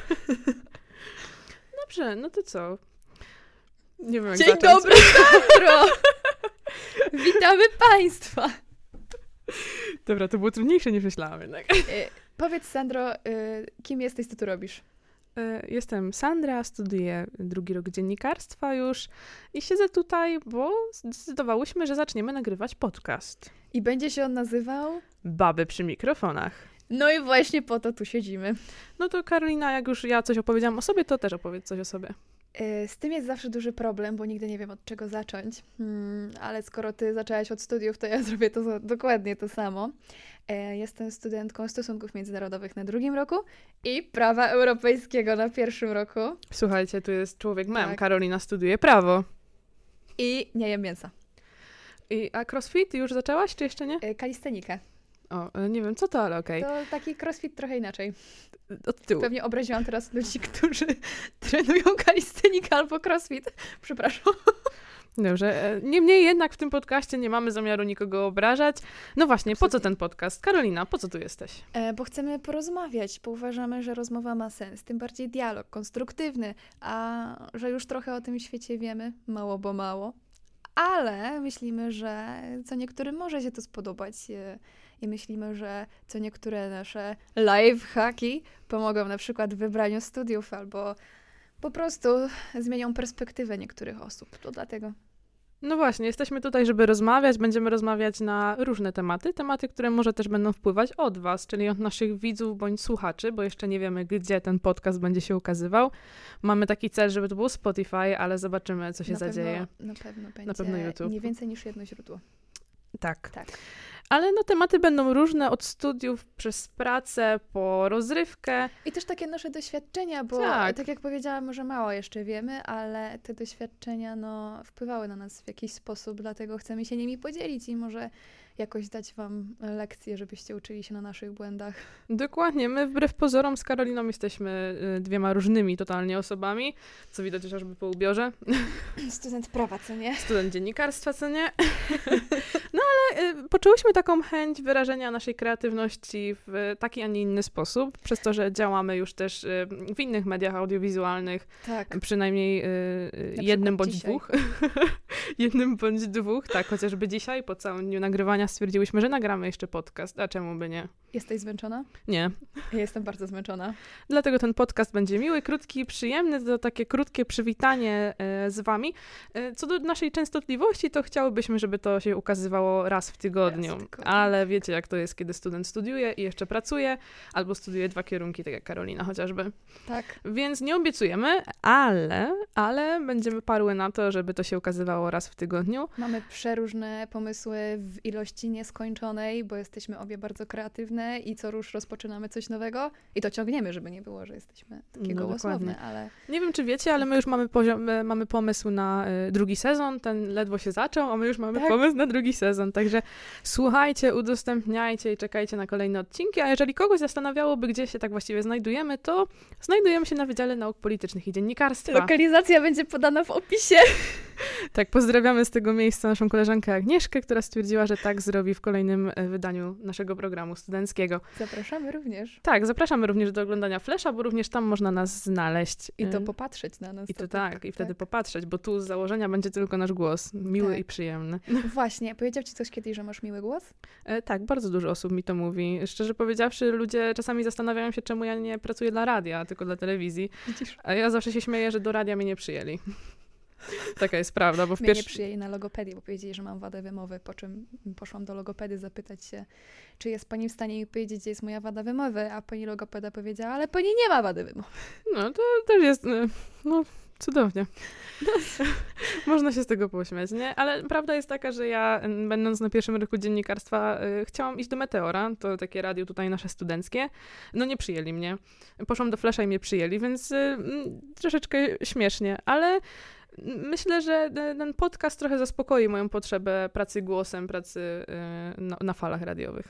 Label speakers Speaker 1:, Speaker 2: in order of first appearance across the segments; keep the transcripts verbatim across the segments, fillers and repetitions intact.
Speaker 1: Dobrze, no to co? Nie wiem, jak
Speaker 2: Dzień
Speaker 1: zacząć.
Speaker 2: dobry, Sandro! Witamy Państwa!
Speaker 1: Dobra, to było trudniejsze niż myślałam jednak.
Speaker 2: Y, powiedz, Sandro, y, kim jesteś, co tu robisz?
Speaker 1: Jestem Sandra, studiuję drugi rok dziennikarstwa już i siedzę tutaj, bo zdecydowałyśmy, że zaczniemy nagrywać podcast.
Speaker 2: I będzie się on nazywał?
Speaker 1: Baby przy mikrofonach.
Speaker 2: No i właśnie po to tu siedzimy.
Speaker 1: No to Karolina, jak już ja coś opowiedziałam o sobie, to też opowiedz coś o sobie.
Speaker 2: Y, z tym jest zawsze duży problem, bo nigdy nie wiem, od czego zacząć. Hmm, ale skoro ty zaczęłaś od studiów, to ja zrobię to za- dokładnie to samo. Y, jestem studentką stosunków międzynarodowych na drugim roku i prawa europejskiego na pierwszym roku.
Speaker 1: Słuchajcie, tu jest człowiek mem.
Speaker 2: Tak.
Speaker 1: Karolina studiuje prawo.
Speaker 2: I nie jem mięsa.
Speaker 1: I, a crossfit już zaczęłaś, czy jeszcze nie?
Speaker 2: Y, kalistenikę.
Speaker 1: O, nie wiem co to, ale okej.
Speaker 2: To taki crossfit trochę inaczej.
Speaker 1: Od tyłu.
Speaker 2: Pewnie obraziłam teraz ludzi, którzy trenują kalistenikę albo crossfit. Przepraszam.
Speaker 1: Dobrze. e, Niemniej jednak w tym podcaście nie mamy zamiaru nikogo obrażać. No właśnie, po co
Speaker 2: Absolutnie.
Speaker 1: ten podcast? Karolina, po co tu jesteś?
Speaker 2: E, bo chcemy porozmawiać, bo uważamy, że rozmowa ma sens. Tym bardziej dialog konstruktywny, a że już trochę o tym świecie wiemy, mało bo mało. Ale myślimy, że co niektórym może się to spodobać e, i myślimy, że co niektóre nasze life hacki pomogą na przykład w wybraniu studiów albo po prostu zmienią perspektywę niektórych osób. To dlatego.
Speaker 1: No właśnie, jesteśmy tutaj, żeby rozmawiać. Będziemy rozmawiać na różne tematy. Tematy, które może też będą wpływać od was, czyli od naszych widzów bądź słuchaczy, bo jeszcze nie wiemy, gdzie ten podcast będzie się ukazywał. Mamy taki cel, żeby to było Spotify, ale zobaczymy, co się
Speaker 2: na
Speaker 1: zadzieje.
Speaker 2: Pewno, na pewno będzie
Speaker 1: Na pewno YouTube.
Speaker 2: nie więcej niż jedno źródło.
Speaker 1: Tak.
Speaker 2: Tak.
Speaker 1: Ale no tematy będą różne, od studiów przez pracę po rozrywkę.
Speaker 2: I też takie nasze doświadczenia, bo
Speaker 1: Tak.
Speaker 2: tak, jak powiedziałam, może mało jeszcze wiemy, ale te doświadczenia no, wpływały na nas w jakiś sposób, dlatego chcemy się nimi podzielić i może jakoś dać wam lekcje, żebyście uczyli się na naszych błędach.
Speaker 1: Dokładnie. My wbrew pozorom z Karoliną jesteśmy y, dwiema różnymi totalnie osobami, co widać chociażby po ubiorze.
Speaker 2: Student prawa, co nie?
Speaker 1: Student dziennikarstwa, co nie? No ale y, poczułyśmy taką chęć wyrażenia naszej kreatywności w taki, a nie inny sposób, przez to, że działamy już też y, w innych mediach audiowizualnych,
Speaker 2: Tak.
Speaker 1: przynajmniej y, y,
Speaker 2: Na
Speaker 1: jednym
Speaker 2: przykład
Speaker 1: bądź
Speaker 2: dzisiaj.
Speaker 1: dwóch. jednym bądź dwóch, tak, chociażby dzisiaj po całym dniu nagrywania stwierdziłyśmy, że nagramy jeszcze podcast, a czemu by nie?
Speaker 2: Jesteś zmęczona?
Speaker 1: Nie.
Speaker 2: Ja jestem bardzo zmęczona.
Speaker 1: Dlatego ten podcast będzie miły, krótki, przyjemny. To takie krótkie przywitanie e, z wami. E, co do naszej częstotliwości, to chciałybyśmy, żeby to się ukazywało raz w tygodniu.
Speaker 2: Raz w tygodniu.
Speaker 1: Ale wiecie, jak to jest, kiedy student studiuje i jeszcze pracuje, albo studiuje dwa kierunki, tak jak Karolina chociażby.
Speaker 2: Tak.
Speaker 1: Więc nie obiecujemy, ale, ale będziemy parły na to, żeby to się ukazywało raz w tygodniu.
Speaker 2: Mamy przeróżne pomysły w ilości nieskończonej, bo jesteśmy obie bardzo kreatywne i co rusz rozpoczynamy coś nowego i to ciągniemy, żeby nie było, że jesteśmy takie
Speaker 1: No,
Speaker 2: gołosłowne,
Speaker 1: dokładnie.
Speaker 2: ale
Speaker 1: Nie wiem, czy wiecie, ale my już mamy, poziom, e, mamy pomysł na e, drugi sezon. Ten ledwo się zaczął, a my już mamy
Speaker 2: Tak.
Speaker 1: pomysł na drugi sezon. Także słuchajcie, udostępniajcie i czekajcie na kolejne odcinki. A jeżeli kogoś zastanawiałoby, gdzie się tak właściwie znajdujemy, to znajdujemy się na Wydziale Nauk Politycznych i Dziennikarstwa.
Speaker 2: lokalizacja będzie podana w opisie.
Speaker 1: Tak, pozdrawiamy z tego miejsca naszą koleżankę Agnieszkę, która stwierdziła, że tak zrobi w kolejnym e, wydaniu naszego programu studenckiego.
Speaker 2: Zapraszamy również.
Speaker 1: Tak, zapraszamy również do oglądania Flesza, bo również tam można nas znaleźć.
Speaker 2: I to
Speaker 1: E,
Speaker 2: popatrzeć na nas.
Speaker 1: I to tak, i wtedy popatrzeć, bo tu z założenia będzie tylko nasz głos, miły
Speaker 2: Tak.
Speaker 1: i przyjemny.
Speaker 2: Właśnie, powiedział ci coś kiedyś, że masz miły głos?
Speaker 1: E, tak, bardzo dużo osób mi to mówi. Szczerze powiedziawszy, ludzie czasami zastanawiają się, czemu ja nie pracuję dla radia, tylko dla telewizji.
Speaker 2: Widzisz?
Speaker 1: A ja zawsze się śmieję, że do radia mnie nie przyjęli. Taka jest prawda, bo w
Speaker 2: Mnie nie
Speaker 1: pierwszym...
Speaker 2: przyjęli na logopedię, bo powiedzieli, że mam wadę wymowy, po czym poszłam do logopedy zapytać się, czy jest pani w stanie mi powiedzieć, gdzie jest moja wada wymowy, a pani logopeda powiedziała, ale pani nie ma wady wymowy.
Speaker 1: No to też jest, e, no cudownie. Można się z tego pośmiać, nie? Ale prawda jest taka, że ja, m, będąc na pierwszym roku dziennikarstwa, y, chciałam iść do Meteora, to takie radio tutaj nasze studenckie. No nie przyjęli mnie. Poszłam do Flesza i mnie przyjęli, więc y, mm, troszeczkę śmiesznie, ale myślę, że ten podcast trochę zaspokoi moją potrzebę pracy głosem, pracy y, na, na falach radiowych.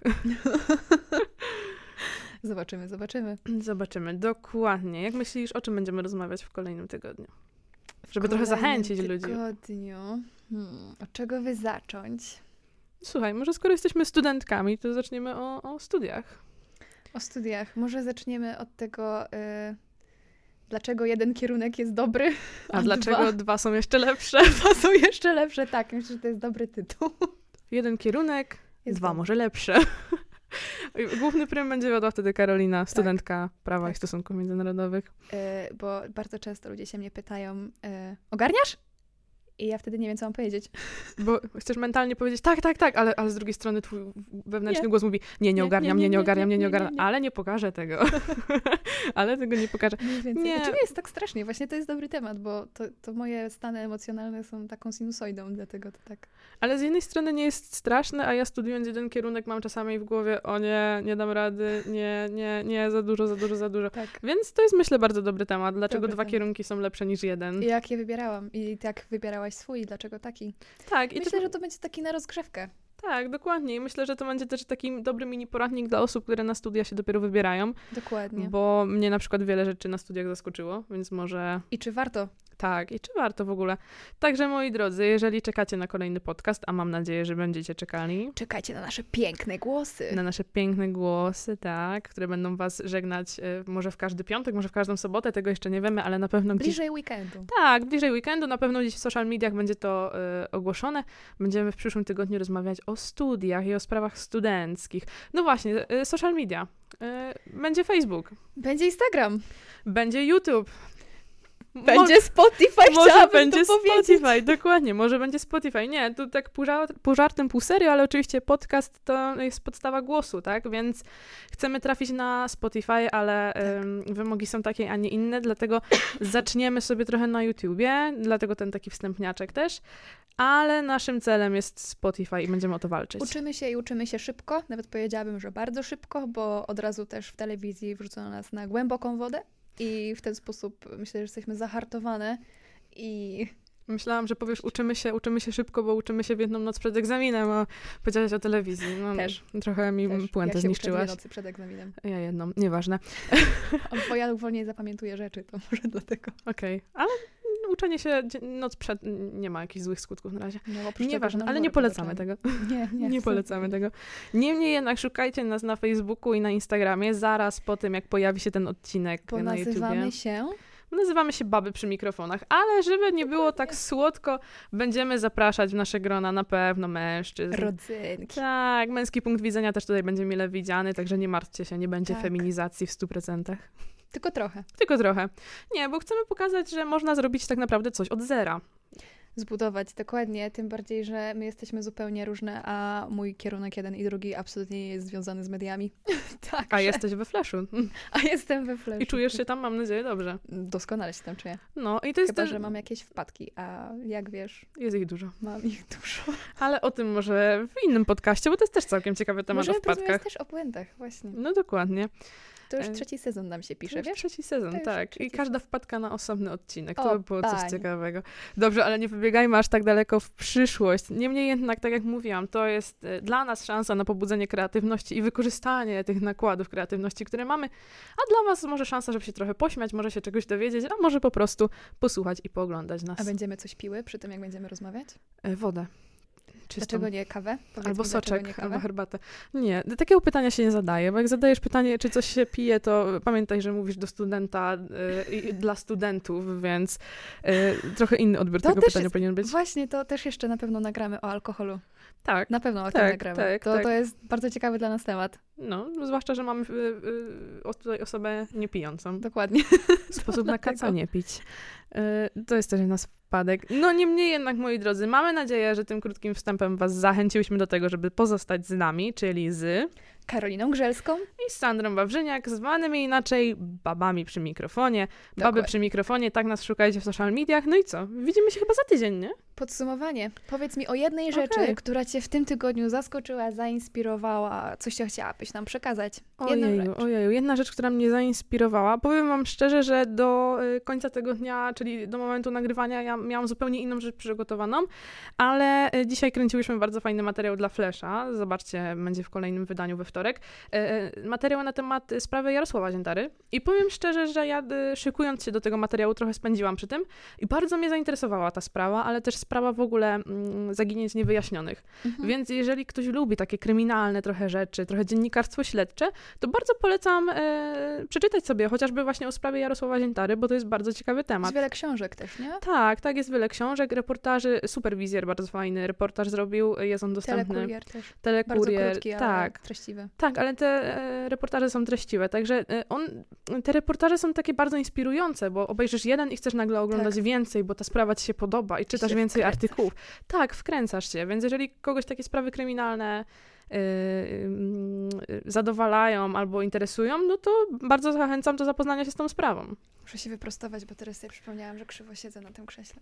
Speaker 2: Zobaczymy, zobaczymy.
Speaker 1: Zobaczymy, dokładnie. Jak myślisz, o czym będziemy rozmawiać w kolejnym tygodniu? Żeby
Speaker 2: W
Speaker 1: trochę
Speaker 2: kolejnym
Speaker 1: zachęcić ludzi.
Speaker 2: tygodniu. Hmm, od czego by zacząć?
Speaker 1: Słuchaj, może skoro jesteśmy studentkami, to zaczniemy o, o studiach.
Speaker 2: O studiach. Może zaczniemy od tego, y, Dlaczego jeden kierunek jest dobry,
Speaker 1: A,
Speaker 2: a
Speaker 1: dlaczego
Speaker 2: dwa,
Speaker 1: dwa są jeszcze lepsze?
Speaker 2: dwa są jeszcze lepsze? Tak, myślę, że to jest dobry tytuł.
Speaker 1: Jeden kierunek,
Speaker 2: Jest
Speaker 1: dwa
Speaker 2: dobry.
Speaker 1: może lepsze. Główny prym będzie wiodła wtedy Karolina, studentka prawa
Speaker 2: tak.
Speaker 1: i stosunków międzynarodowych.
Speaker 2: E, bo bardzo często ludzie się mnie pytają, e, ogarniasz? I ja wtedy nie wiem, co mam powiedzieć.
Speaker 1: Bo chcesz mentalnie powiedzieć tak, tak, tak, ale, ale z drugiej strony twój wewnętrzny
Speaker 2: Nie.
Speaker 1: głos mówi nie, nie
Speaker 2: Nie,
Speaker 1: ogarniam,
Speaker 2: nie,
Speaker 1: nie,
Speaker 2: nie,
Speaker 1: nie
Speaker 2: nie,
Speaker 1: ogarniam, nie,
Speaker 2: nie,
Speaker 1: nie
Speaker 2: nie,
Speaker 1: ogarniam,
Speaker 2: nie.
Speaker 1: ale nie pokażę tego. Ale tego nie pokażę.
Speaker 2: Mniej więcej.
Speaker 1: Nie.
Speaker 2: Znaczy nie jest tak strasznie, właśnie to jest dobry temat, bo to, to moje stany emocjonalne są taką sinusoidą, dlatego to tak.
Speaker 1: Ale z jednej strony nie jest straszne, a ja studiując jeden kierunek mam czasami w głowie o nie, nie dam rady, nie, nie, nie, za dużo, za dużo, za dużo.
Speaker 2: Tak.
Speaker 1: Więc to jest myślę bardzo dobry temat. Dlaczego
Speaker 2: Dobry
Speaker 1: dwa
Speaker 2: temat.
Speaker 1: kierunki są lepsze niż jeden?
Speaker 2: I jak je wybierałam i jak wybierałaś swój, dlaczego taki?
Speaker 1: Tak, i
Speaker 2: Myślę,
Speaker 1: to,
Speaker 2: że to będzie taki na rozgrzewkę.
Speaker 1: tak, dokładnie. I myślę, że to będzie też taki dobry mini poradnik dla osób, które na studia się dopiero wybierają,
Speaker 2: Dokładnie.
Speaker 1: bo mnie na przykład wiele rzeczy na studiach zaskoczyło, więc może
Speaker 2: I czy warto?
Speaker 1: tak, i czy warto w ogóle. Także moi drodzy, jeżeli czekacie na kolejny podcast, a mam nadzieję, że będziecie czekali,
Speaker 2: Czekajcie na nasze piękne głosy.
Speaker 1: na nasze piękne głosy, tak, które będą was żegnać y, może w każdy piątek, może w każdą sobotę, tego jeszcze nie wiemy, ale na pewno gdzieś...
Speaker 2: Bliżej weekendu.
Speaker 1: Tak, bliżej weekendu, na pewno gdzieś w social mediach będzie to y, ogłoszone. Będziemy w przyszłym tygodniu rozmawiać o studiach i o sprawach studenckich. No właśnie, y, social media. Y, będzie Facebook,
Speaker 2: Będzie Instagram.
Speaker 1: będzie YouTube.
Speaker 2: Będzie Spotify,
Speaker 1: Może
Speaker 2: chciałabym
Speaker 1: będzie
Speaker 2: to powiedzieć.
Speaker 1: Spotify, dokładnie, może będzie Spotify. Nie, tu tak pół, żart, pół żartem, pół serio, ale oczywiście podcast to jest podstawa głosu, tak? Więc chcemy trafić na Spotify, ale
Speaker 2: Tak.
Speaker 1: ym, wymogi są takie, a nie inne, dlatego zaczniemy sobie trochę na YouTubie, dlatego ten taki wstępniaczek też, ale naszym celem jest Spotify i będziemy o to walczyć.
Speaker 2: Uczymy się i uczymy się szybko, nawet powiedziałabym, że bardzo szybko, bo od razu też w telewizji wrzucono nas na głęboką wodę i w ten sposób myślę, że jesteśmy zahartowane i
Speaker 1: Myślałam, że powiesz, uczymy się, uczymy się szybko, bo uczymy się w jedną noc przed egzaminem, a powiedziałaś o telewizji. No,
Speaker 2: Też.
Speaker 1: Trochę mi
Speaker 2: też
Speaker 1: puentę
Speaker 2: ja się uczę
Speaker 1: zniszczyłaś.
Speaker 2: dwie nocy przed egzaminem.
Speaker 1: Ja jedną, nieważne.
Speaker 2: Bo ja wolniej zapamiętuję rzeczy, to może dlatego.
Speaker 1: Okej, ale uczenie się dzie- noc przed nie ma jakichś złych skutków na razie.
Speaker 2: No, oprócz
Speaker 1: Nieważne,
Speaker 2: tego, że
Speaker 1: ale
Speaker 2: na
Speaker 1: nie
Speaker 2: dworek
Speaker 1: polecamy
Speaker 2: zobaczyłam.
Speaker 1: tego.
Speaker 2: Nie, nie.
Speaker 1: Nie polecamy tego. Niemniej jednak szukajcie nas na Facebooku i na Instagramie zaraz po tym, jak pojawi się ten odcinek
Speaker 2: Bo
Speaker 1: na YouTubie.
Speaker 2: nazywamy się...
Speaker 1: Nazywamy się Baby przy mikrofonach, ale żeby nie było tak słodko, będziemy zapraszać w nasze grona na pewno mężczyzn.
Speaker 2: Rodzynki.
Speaker 1: Tak, męski punkt widzenia też tutaj będzie mile widziany, także nie martwcie się, nie będzie
Speaker 2: Tak.
Speaker 1: feminizacji w stu procentach.
Speaker 2: Tylko trochę.
Speaker 1: Tylko trochę. Nie, bo chcemy pokazać, że można zrobić tak naprawdę coś od zera.
Speaker 2: Zbudować, dokładnie. Tym bardziej, że my jesteśmy zupełnie różne, a mój kierunek jeden i drugi absolutnie nie jest związany z mediami. tak.
Speaker 1: A jesteś we Flashu.
Speaker 2: A jestem we Flashu.
Speaker 1: I czujesz się tam, mam nadzieję, dobrze.
Speaker 2: Doskonale się tam czuję.
Speaker 1: No i to jest
Speaker 2: Chyba,
Speaker 1: też...
Speaker 2: że mam jakieś wpadki, a jak wiesz,
Speaker 1: Jest ich dużo.
Speaker 2: mam ich dużo.
Speaker 1: Ale o tym może w innym podcaście, bo to jest też całkiem ciekawy temat
Speaker 2: Możemy
Speaker 1: o wpadkach.
Speaker 2: porozmawiać też o błędach, właśnie.
Speaker 1: No dokładnie.
Speaker 2: To już
Speaker 1: E,
Speaker 2: trzeci sezon nam się
Speaker 1: To
Speaker 2: pisze,
Speaker 1: już
Speaker 2: wiesz?
Speaker 1: trzeci sezon,
Speaker 2: To już
Speaker 1: tak.
Speaker 2: trzeci
Speaker 1: I każda wpadka na osobny odcinek.
Speaker 2: O,
Speaker 1: To by było coś
Speaker 2: pani.
Speaker 1: ciekawego. Dobrze, ale nie wybiegajmy aż tak daleko w przyszłość. Niemniej jednak, tak jak mówiłam, to jest e, dla nas szansa na pobudzenie kreatywności i wykorzystanie tych nakładów kreatywności, które mamy, a dla was może szansa, żeby się trochę pośmiać, może się czegoś dowiedzieć, a może po prostu posłuchać i pooglądać nas.
Speaker 2: A będziemy coś piły przy tym, jak będziemy rozmawiać?
Speaker 1: E, Wodę. Czystą.
Speaker 2: Dlaczego nie kawę? Powiedz
Speaker 1: Albo
Speaker 2: mi, dlaczego
Speaker 1: soczek,
Speaker 2: nie kawę?
Speaker 1: albo herbatę. Nie, takiego pytania się nie zadaje, bo jak zadajesz pytanie, czy coś się pije, to pamiętaj, że mówisz do studenta y, i dla studentów, więc y, trochę inny odbiór
Speaker 2: To
Speaker 1: tego
Speaker 2: też
Speaker 1: pytania
Speaker 2: jest-
Speaker 1: powinien być.
Speaker 2: Właśnie, to też jeszcze na pewno nagramy o alkoholu.
Speaker 1: Tak,
Speaker 2: Na pewno o tym
Speaker 1: Tak,
Speaker 2: nagramy.
Speaker 1: tak,
Speaker 2: to,
Speaker 1: tak.
Speaker 2: to jest bardzo ciekawy dla nas temat.
Speaker 1: no, zwłaszcza, że mamy y, y, o- tutaj osobę niepijącą.
Speaker 2: Dokładnie.
Speaker 1: Sposób na kaca
Speaker 2: dlatego.
Speaker 1: nie pić. Y, to jest też jedna z wpadek. No niemniej jednak, moi drodzy, mamy nadzieję, że tym krótkim wstępem was zachęciłyśmy do tego, żeby pozostać z nami, czyli z...
Speaker 2: Karoliną Grzelską.
Speaker 1: i z Sandrą Wawrzyniak, zwanymi inaczej babami przy mikrofonie. Baby
Speaker 2: Dokładnie.
Speaker 1: przy mikrofonie, tak nas szukajcie w social mediach. No i co? Widzimy się chyba za tydzień, nie?
Speaker 2: Podsumowanie. Powiedz mi o jednej rzeczy,
Speaker 1: Okej.
Speaker 2: która cię w tym tygodniu zaskoczyła, zainspirowała, coś cię chciałabyś nam przekazać. Jedną
Speaker 1: Ojeju,
Speaker 2: rzecz.
Speaker 1: ojeju. Jedna rzecz, która mnie zainspirowała. Powiem wam szczerze, że do y, końca tego dnia, czyli do momentu nagrywania, ja miałam zupełnie inną rzecz przygotowaną, ale y, dzisiaj kręciłyśmy bardzo fajny materiał dla Flesza. Zobaczcie, będzie w kolejnym wydaniu we wtorek. Y, y, materiał na temat y, sprawy Jarosława Ziętary. I powiem szczerze, że ja y, szykując się do tego materiału trochę spędziłam przy tym i bardzo mnie zainteresowała ta sprawa, ale też sprawa w ogóle mm, zaginięć niewyjaśnionych.
Speaker 2: Mhm.
Speaker 1: Więc jeżeli ktoś lubi takie kryminalne trochę rzeczy, trochę dziennikarstwo śledcze, to bardzo polecam e, przeczytać sobie chociażby właśnie o sprawie Jarosława Ziętary, bo to jest bardzo ciekawy temat.
Speaker 2: Jest wiele książek też, nie?
Speaker 1: Tak, tak, jest wiele książek, reportaży, Superwizjer bardzo fajny reportaż zrobił, jest on dostępny.
Speaker 2: Telekurier też.
Speaker 1: Telekurier,
Speaker 2: Bardzo krótki, ale
Speaker 1: tak.
Speaker 2: treściwy.
Speaker 1: Tak, ale te e, reportaże są treściwe, także e, on, te reportaże są takie bardzo inspirujące, bo obejrzysz jeden i chcesz nagle oglądać
Speaker 2: Tak.
Speaker 1: więcej, bo ta sprawa ci się podoba i czytasz
Speaker 2: się
Speaker 1: więcej
Speaker 2: wkręcasz.
Speaker 1: artykułów. Tak, wkręcasz się, więc jeżeli kogoś takie sprawy kryminalne y, y, zadowalają albo interesują, no to bardzo zachęcam do zapoznania się z tą sprawą.
Speaker 2: Muszę się wyprostować, bo teraz sobie przypomniałam, że krzywo siedzę na tym krześle.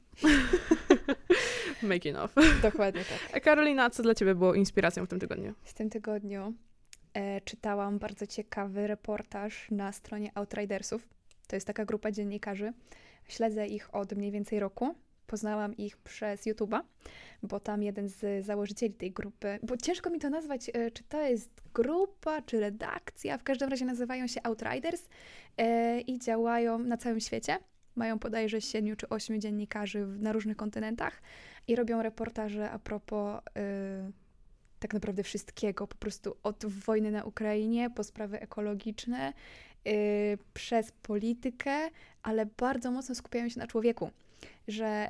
Speaker 1: Making of.
Speaker 2: Dokładnie tak.
Speaker 1: A Karolina, co dla ciebie było inspiracją w tym tygodniu?
Speaker 2: W tym tygodniu e, czytałam bardzo ciekawy reportaż na stronie Outridersów. To jest taka grupa dziennikarzy. Śledzę ich od mniej więcej roku. Poznałam ich przez YouTube'a, bo tam jeden z założycieli tej grupy, bo ciężko mi to nazwać, e, czy to jest grupa, czy redakcja, w każdym razie nazywają się Outriders e, i działają na całym świecie. Mają bodajże siedmiu czy ośmiu dziennikarzy w, na różnych kontynentach i robią reportaże a propos e, tak naprawdę wszystkiego, po prostu od wojny na Ukrainie po sprawy ekologiczne, e, przez politykę, ale bardzo mocno skupiają się na człowieku. Że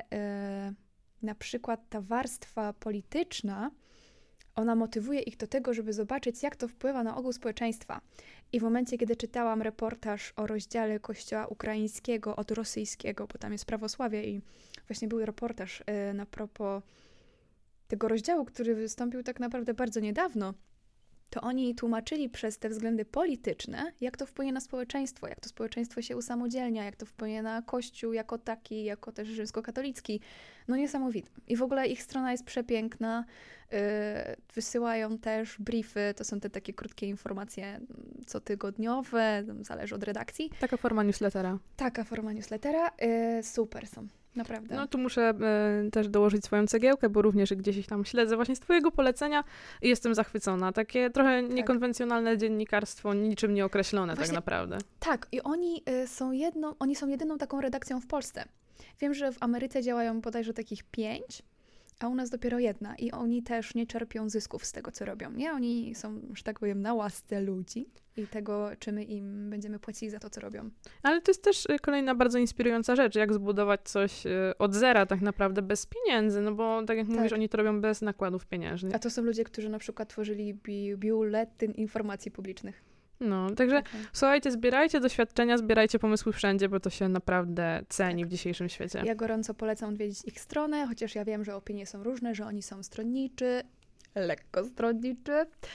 Speaker 2: y, na przykład ta warstwa polityczna, ona motywuje ich do tego, żeby zobaczyć, jak to wpływa na ogół społeczeństwa. I w momencie, kiedy czytałam reportaż o rozdziale kościoła ukraińskiego od rosyjskiego, bo tam jest prawosławie i właśnie był reportaż y, na propos tego rozdziału, który wystąpił tak naprawdę bardzo niedawno, to oni tłumaczyli przez te względy polityczne, jak to wpłynie na społeczeństwo, jak to społeczeństwo się usamodzielnia, jak to wpłynie na Kościół jako taki, jako też rzymskokatolicki. No niesamowite. I w ogóle ich strona jest przepiękna. Yy, wysyłają też briefy, to są te takie krótkie informacje cotygodniowe, zależy od redakcji.
Speaker 1: Taka forma newslettera.
Speaker 2: Taka forma newslettera. Yy, super są. Naprawdę.
Speaker 1: No tu muszę e, też dołożyć swoją cegiełkę, bo również gdzieś ich tam śledzę właśnie z twojego polecenia i jestem zachwycona. Takie trochę
Speaker 2: tak.
Speaker 1: niekonwencjonalne dziennikarstwo, niczym nieokreślone
Speaker 2: Właśnie,
Speaker 1: tak naprawdę.
Speaker 2: Tak, i oni y, są jedną, oni są jedyną taką redakcją w Polsce. Wiem, że w Ameryce działają bodajże takich pięć, a u nas dopiero jedna. I oni też nie czerpią zysków z tego, co robią, nie? Oni są, że tak powiem, na łasce ludzi i tego, czy my im będziemy płacili za to, co robią.
Speaker 1: Ale to jest też y, kolejna bardzo inspirująca rzecz, jak zbudować coś y, od zera tak naprawdę, bez pieniędzy, no bo tak jak
Speaker 2: Tak.
Speaker 1: mówisz, oni to robią bez nakładów pieniężnych.
Speaker 2: A to są ludzie, którzy na przykład tworzyli bi- biuletyn informacji publicznych.
Speaker 1: No, także
Speaker 2: Okay.
Speaker 1: słuchajcie, zbierajcie doświadczenia, zbierajcie pomysły wszędzie, bo to się naprawdę ceni tak. w dzisiejszym świecie.
Speaker 2: Ja gorąco polecam odwiedzić ich stronę, chociaż ja wiem, że opinie są różne, że oni są stronniczy, lekko stronniczy.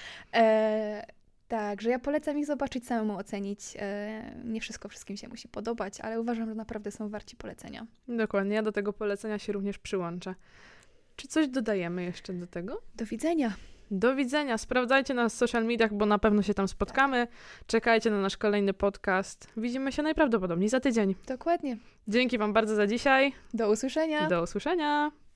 Speaker 2: E, Także ja polecam ich zobaczyć, samemu ocenić. E, nie wszystko wszystkim się musi podobać, ale uważam, że naprawdę są warci polecenia.
Speaker 1: Dokładnie, ja do tego polecenia się również przyłączę. Czy coś dodajemy jeszcze do tego?
Speaker 2: Do widzenia.
Speaker 1: Do widzenia. Sprawdzajcie nas w social mediach, bo na pewno się tam spotkamy. Czekajcie na nasz kolejny podcast. Widzimy się najprawdopodobniej za tydzień.
Speaker 2: Dokładnie.
Speaker 1: Dzięki wam bardzo za dzisiaj.
Speaker 2: Do usłyszenia.
Speaker 1: Do usłyszenia.